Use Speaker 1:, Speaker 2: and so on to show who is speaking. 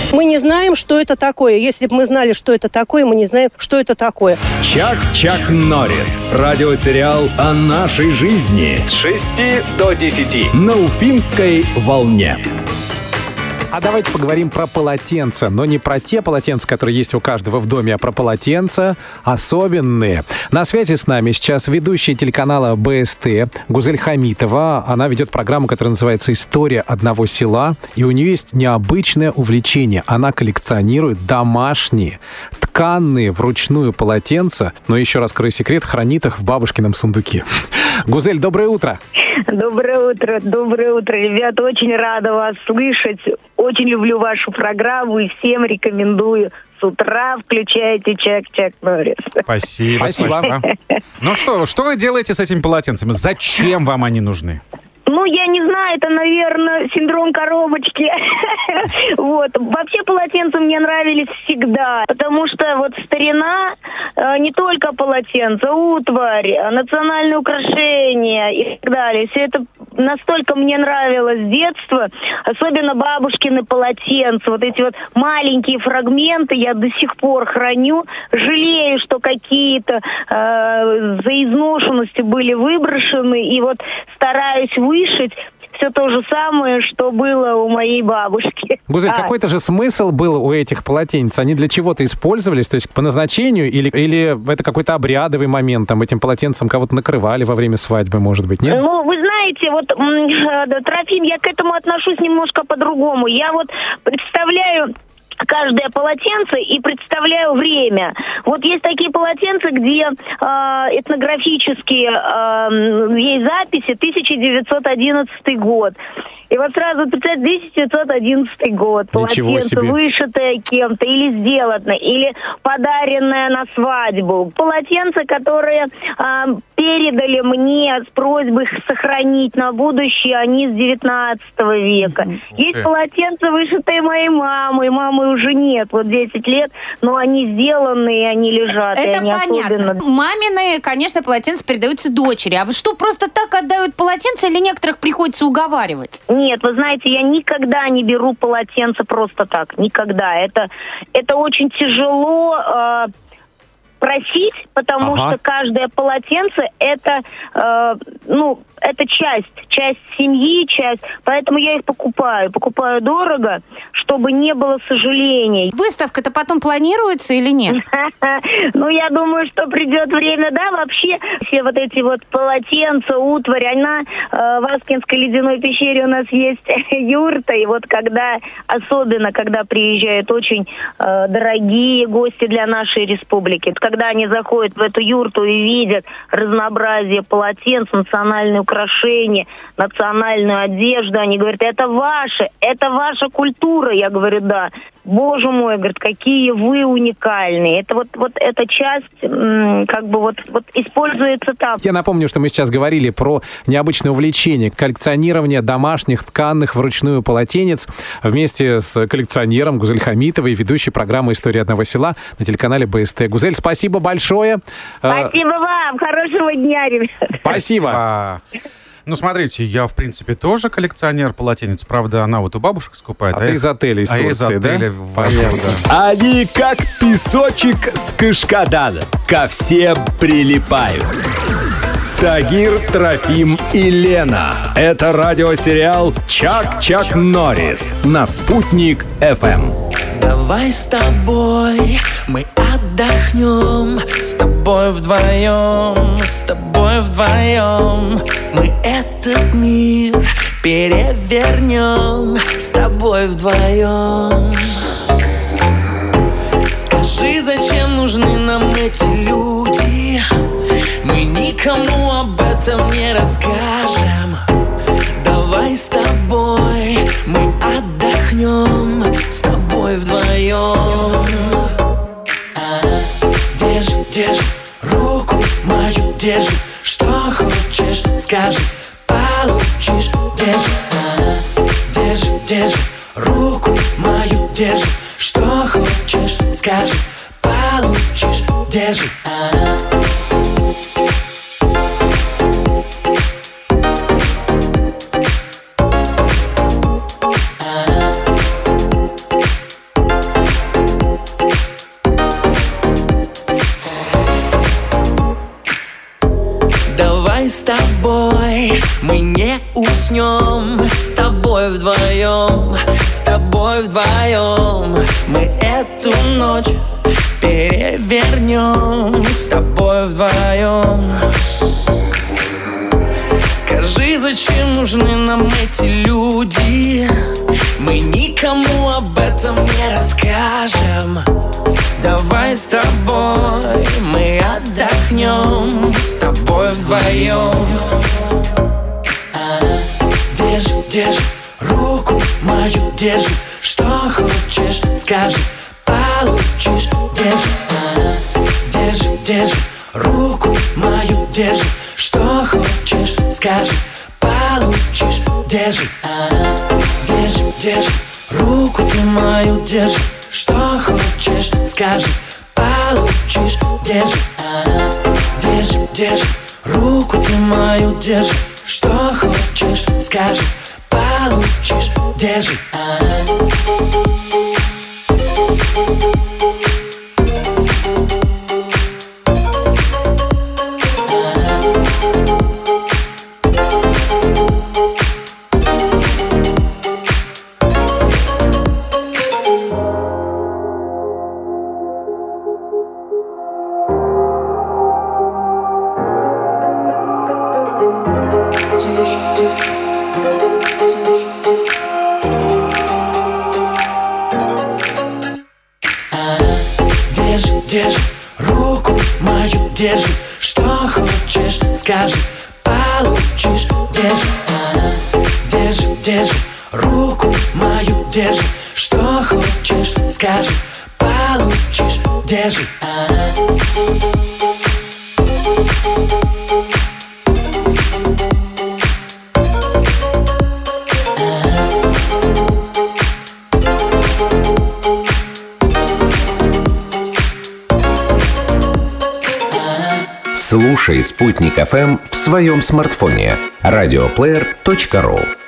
Speaker 1: Мы не знаем, что это такое. Если бы мы знали, что это такое, мы не знаем, что это такое.
Speaker 2: Чак Норрис. Радиосериал о нашей жизни. С 6 до 10. На Уфимской волне.
Speaker 3: А давайте поговорим про полотенца. Но не про те полотенца, которые есть у каждого в доме, а про полотенца особенные. На связи с нами сейчас ведущая телеканала БСТ Гузель Хамитова. Она ведет программу, которая называется «История одного села». И у нее есть необычное увлечение. Она коллекционирует домашние, тканные вручную полотенца. Но еще раз раскрою секрет, хранит их в бабушкином сундуке. Гузель, доброе утро.
Speaker 4: Доброе утро, ребята, очень рада вас слышать, очень люблю вашу программу и всем рекомендую. С утра включайте Чак Норрис.
Speaker 5: Спасибо. Ну что вы делаете с этими полотенцами? Зачем вам они нужны?
Speaker 4: Ну, я не знаю, это, наверное, синдром коробочки. Вот. Вообще полотенца мне нравились всегда, потому что вот старина, не только полотенца, утварь, национальные украшения и так далее. Все это настолько мне нравилось с детства, особенно бабушкины полотенца. Вот эти вот маленькие фрагменты я до сих пор храню. Жалею, что какие-то за изношенностью были выброшены, и вот стараюсь вышить все то же самое, что было у моей бабушки.
Speaker 3: Гузель, какой-то же смысл был у этих полотенец? Они для чего-то использовались? То есть по назначению? Или это какой-то обрядовый момент? Там этим полотенцем кого-то накрывали во время свадьбы, может быть, нет?
Speaker 4: Ну, вы знаете, вот, Трофим, я к этому отношусь немножко по-другому. Я вот представляю каждое полотенце и представляю время. Вот есть такие полотенца, где этнографические есть записи 1911 год. И вот сразу 1911 год. Полотенце вышитое кем-то или сделано, или подаренное на свадьбу. Полотенца, которые передали мне с просьбой их сохранить на будущее, они с 19 века. Есть полотенца, вышитые моей мамой. Мамы уже нет, вот 10 лет, но они сделаны, и они лежат.
Speaker 6: Это
Speaker 4: и они
Speaker 6: понятно.
Speaker 4: Особенно...
Speaker 6: Мамины, конечно, полотенца передаются дочери. А вы что, просто так отдают полотенца или некоторых приходится уговаривать?
Speaker 4: Нет, вы знаете, я никогда не беру полотенце просто так. Никогда. Это очень тяжело просить, потому что каждое полотенце это часть семьи, поэтому я их покупаю дорого, чтобы не было сожалений.
Speaker 6: Выставка-то потом планируется или нет?
Speaker 4: Ну, я думаю, что придет время, да, вообще все вот эти вот полотенца, утварь, она в Аскинской ледяной пещере у нас есть юрта, и вот особенно когда приезжают очень дорогие гости для нашей республики, когда они заходят в эту юрту и видят разнообразие полотенц, национальные украшения, национальную одежду, они говорят, это ваша культура. Я говорю, да. Боже мой, говорит, какие вы уникальные. Это вот эта часть используется там.
Speaker 3: Я напомню, что мы сейчас говорили про необычное увлечение коллекционирования домашних тканных вручную полотенец вместе с коллекционером Гузель Хамитовой, ведущей программы «История одного села» на телеканале БСТ. Гузель, спасибо большое.
Speaker 4: Спасибо вам. Хорошего дня, ребята.
Speaker 3: Спасибо.
Speaker 5: Ну, смотрите, я, в принципе, тоже коллекционер полотенец. Правда, она вот у бабушек скупает.
Speaker 3: А ты из отеля из Турции, да?
Speaker 2: Понятно. Они как песочек с Кашкадана. Ко всем прилипают. Тагир, Трофим и Лена. Это радиосериал «Чак Норрис» на Спутник ФМ.
Speaker 7: Давай с тобой мы отдохнем, с тобой вдвоем мы этот мир перевернем, с тобой вдвоем. Скажи, зачем нужны нам эти люди? Мы никому об этом не расскажем. Давай с тобой мы отдохнем, с тобой вдвоем. Держи руку мою, держи, что хочешь, скажи, получишь. Держи руку мою, держи, что хочешь, скажи, получишь. Держи. уснем с тобой вдвоем, с тобой вдвоем. Мы эту ночь перевернем с тобой вдвоем. Скажи, зачем нужны нам эти люди? Мы никому об этом не расскажем. Давай с тобой мы отдохнем с тобой вдвоем. Держи, держи руку мою, держи. Что хочешь, скажи, получишь. Держи, держи, держи руку мою, держи. Что хочешь, скажи, получишь. Держи, держи, держи руку ты мою, держи. Что хочешь, скажи, получишь. Держи, держи, держи руку ты мою, держи. Что хочешь, скажи, получишь. Держи. Держи, держи руку мою, держи. Что хочешь, скажи, получишь. Держи, держи, держи руку мою, держи. Что хочешь, скажи, получишь. Держи.
Speaker 8: Слушай «Спутник ФМ» в своем смартфоне. Радиоплеер.ру.